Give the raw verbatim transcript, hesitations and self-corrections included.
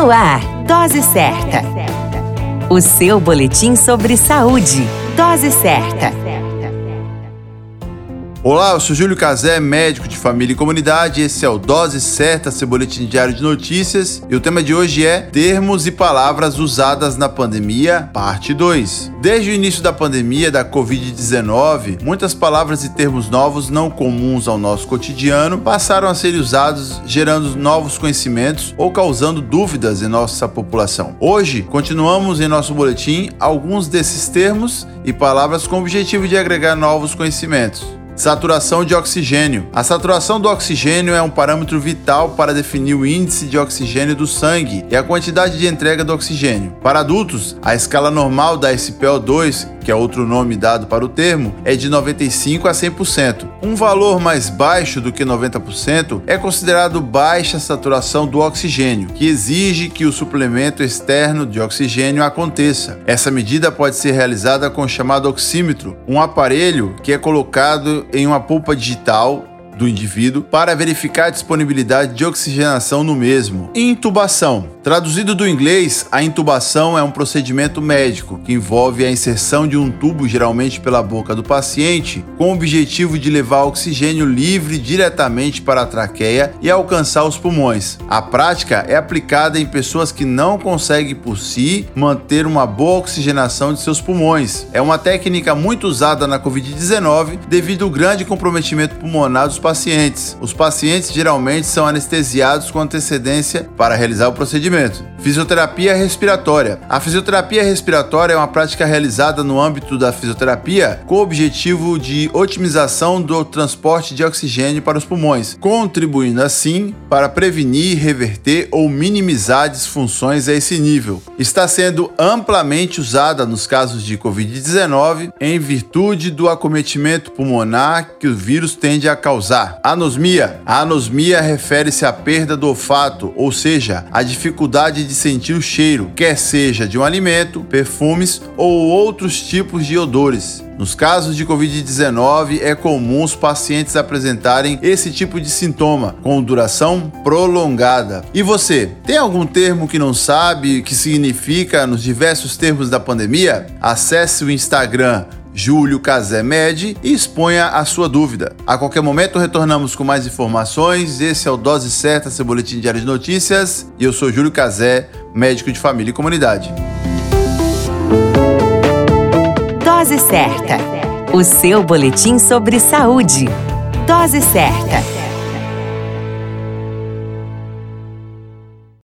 No ar, Dose Certa. O seu boletim sobre saúde. Dose Certa. Olá, eu sou Júlio Cazé, médico de família e comunidade. Esse é o Dose Certa, seu boletim diário de notícias. E o tema de hoje é Termos e palavras usadas na pandemia, parte dois. Desde o início da pandemia da covid dezenove, muitas palavras e termos novos não comuns ao nosso cotidiano passaram a ser usados, gerando novos conhecimentos ou causando dúvidas em nossa população. Hoje, continuamos em nosso boletim alguns desses termos e palavras com o objetivo de agregar novos conhecimentos. Saturação de oxigênio. A saturação do oxigênio é um parâmetro vital para definir o índice de oxigênio do sangue e a quantidade de entrega do oxigênio. Para adultos, a escala normal da S P O dois, que é outro nome dado para o termo, é de noventa e cinco a cem por cento. Um valor mais baixo do que noventa por cento é considerado baixa saturação do oxigênio, que exige que o suplemento externo de oxigênio aconteça. Essa medida pode ser realizada com o chamado oxímetro, um aparelho que é colocado em uma polpa digital do indivíduo para verificar a disponibilidade de oxigenação no mesmo. Intubação. Traduzido do inglês, a intubação é um procedimento médico que envolve a inserção de um tubo, geralmente pela boca do paciente, com o objetivo de levar oxigênio livre diretamente para a traqueia e alcançar os pulmões. A prática é aplicada em pessoas que não conseguem por si manter uma boa oxigenação de seus pulmões. É uma técnica muito usada na covid dezenove devido ao grande comprometimento pulmonar dos pacientes. Os pacientes geralmente são anestesiados com antecedência para realizar o procedimento. Fisioterapia respiratória. A fisioterapia respiratória é uma prática realizada no âmbito da fisioterapia com o objetivo de otimização do transporte de oxigênio para os pulmões, contribuindo assim para prevenir, reverter ou minimizar disfunções a esse nível. Está sendo amplamente usada nos casos de covid dezenove em virtude do acometimento pulmonar que o vírus tende a causar. Anosmia. A anosmia refere-se à perda do olfato, ou seja, a dificuldade de sentir o cheiro, quer seja de um alimento, perfumes ou outros tipos de odores. Nos casos de covid dezenove, é comum os pacientes apresentarem esse tipo de sintoma, com duração prolongada. E você, tem algum termo que não sabe o que significa nos diversos termos da pandemia? Acesse o Instagram Júlio Cazé Med e exponha a sua dúvida. A qualquer momento retornamos com mais informações. Esse é o Dose Certa, seu boletim diário de notícias. E eu sou Júlio Cazé, médico de família e comunidade. Dose Certa, o seu boletim sobre saúde. Dose Certa.